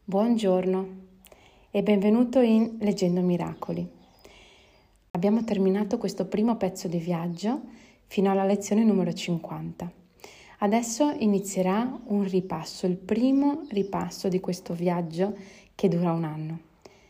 Buongiorno e benvenuto in Leggendo Miracoli. Abbiamo terminato questo primo pezzo di viaggio fino alla lezione numero 50. Adesso inizierà un ripasso, il primo ripasso di questo viaggio che dura un anno.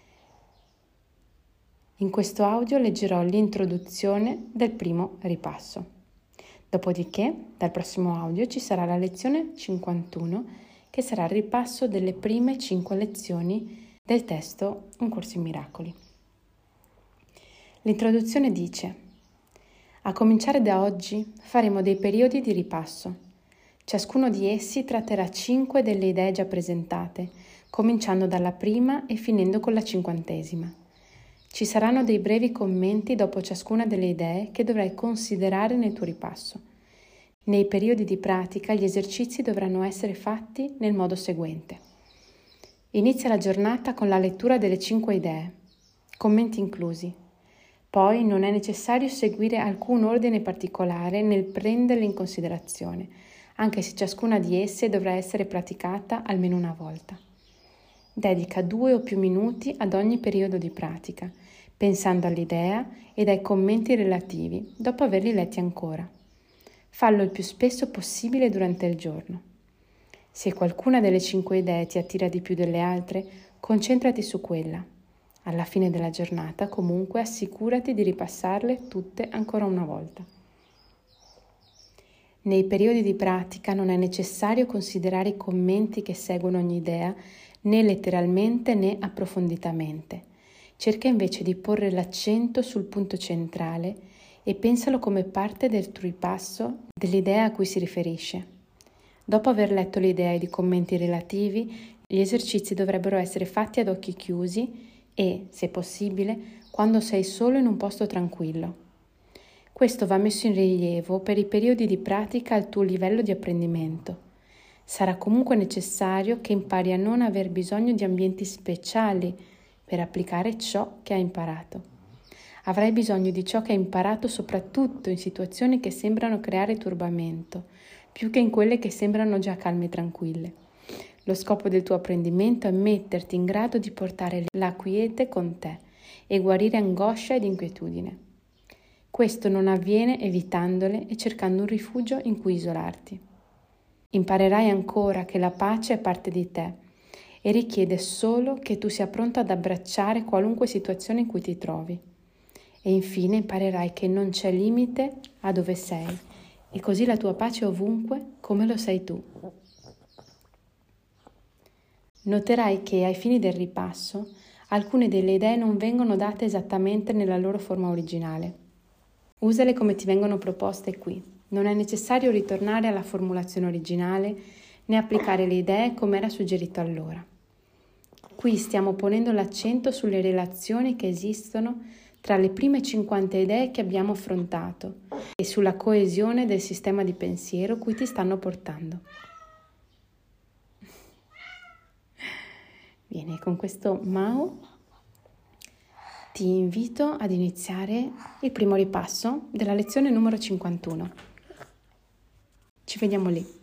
In questo audio leggerò l'introduzione del primo ripasso. Dopodiché, dal prossimo audio ci sarà la lezione 51, che sarà il ripasso delle prime 5 lezioni del testo Un corso in miracoli. L'introduzione dice: a cominciare da oggi faremo dei periodi di ripasso. Ciascuno di essi tratterà 5 delle idee già presentate, cominciando dalla prima e finendo con la 50ª. Ci saranno dei brevi commenti dopo ciascuna delle idee che dovrai considerare nel tuo ripasso. Nei periodi di pratica gli esercizi dovranno essere fatti nel modo seguente. Inizia la giornata con la lettura delle 5 idee, commenti inclusi. Poi non è necessario seguire alcun ordine particolare nel prenderle in considerazione, anche se ciascuna di esse dovrà essere praticata almeno una volta. Dedica 2 o più minuti ad ogni periodo di pratica, pensando all'idea ed ai commenti relativi, dopo averli letti ancora. Fallo il più spesso possibile durante il giorno. Se qualcuna delle 5 idee ti attira di più delle altre, concentrati su quella. Alla fine della giornata, comunque, assicurati di ripassarle tutte ancora una volta. Nei periodi di pratica non è necessario considerare i commenti che seguono ogni idea, né letteralmente né approfonditamente. Cerca invece di porre l'accento sul punto centrale e pensalo come parte del tuo ripasso dell'idea a cui si riferisce. Dopo aver letto l'idea ed i commenti relativi, gli esercizi dovrebbero essere fatti ad occhi chiusi e, se possibile, quando sei solo in un posto tranquillo. Questo va messo in rilievo per i periodi di pratica al tuo livello di apprendimento. Sarà comunque necessario che impari a non aver bisogno di ambienti speciali per applicare ciò che hai imparato. Avrai bisogno di ciò che hai imparato soprattutto in situazioni che sembrano creare turbamento, più che in quelle che sembrano già calme e tranquille. Lo scopo del tuo apprendimento è metterti in grado di portare la quiete con te e guarire angoscia ed inquietudine. Questo non avviene evitandole e cercando un rifugio in cui isolarti. Imparerai ancora che la pace è parte di te e richiede solo che tu sia pronto ad abbracciare qualunque situazione in cui ti trovi. E infine imparerai che non c'è limite a dove sei e così la tua pace è ovunque come lo sei tu. Noterai che ai fini del ripasso alcune delle idee non vengono date esattamente nella loro forma originale. Usale come ti vengono proposte qui. Non è necessario ritornare alla formulazione originale né applicare le idee come era suggerito allora. Qui stiamo ponendo l'accento sulle relazioni che esistono tra le prime 50 idee che abbiamo affrontato e sulla coesione del sistema di pensiero cui ti stanno portando. Bene, con questo Mao ti invito ad iniziare il primo ripasso della lezione numero 51. Ci vediamo lì.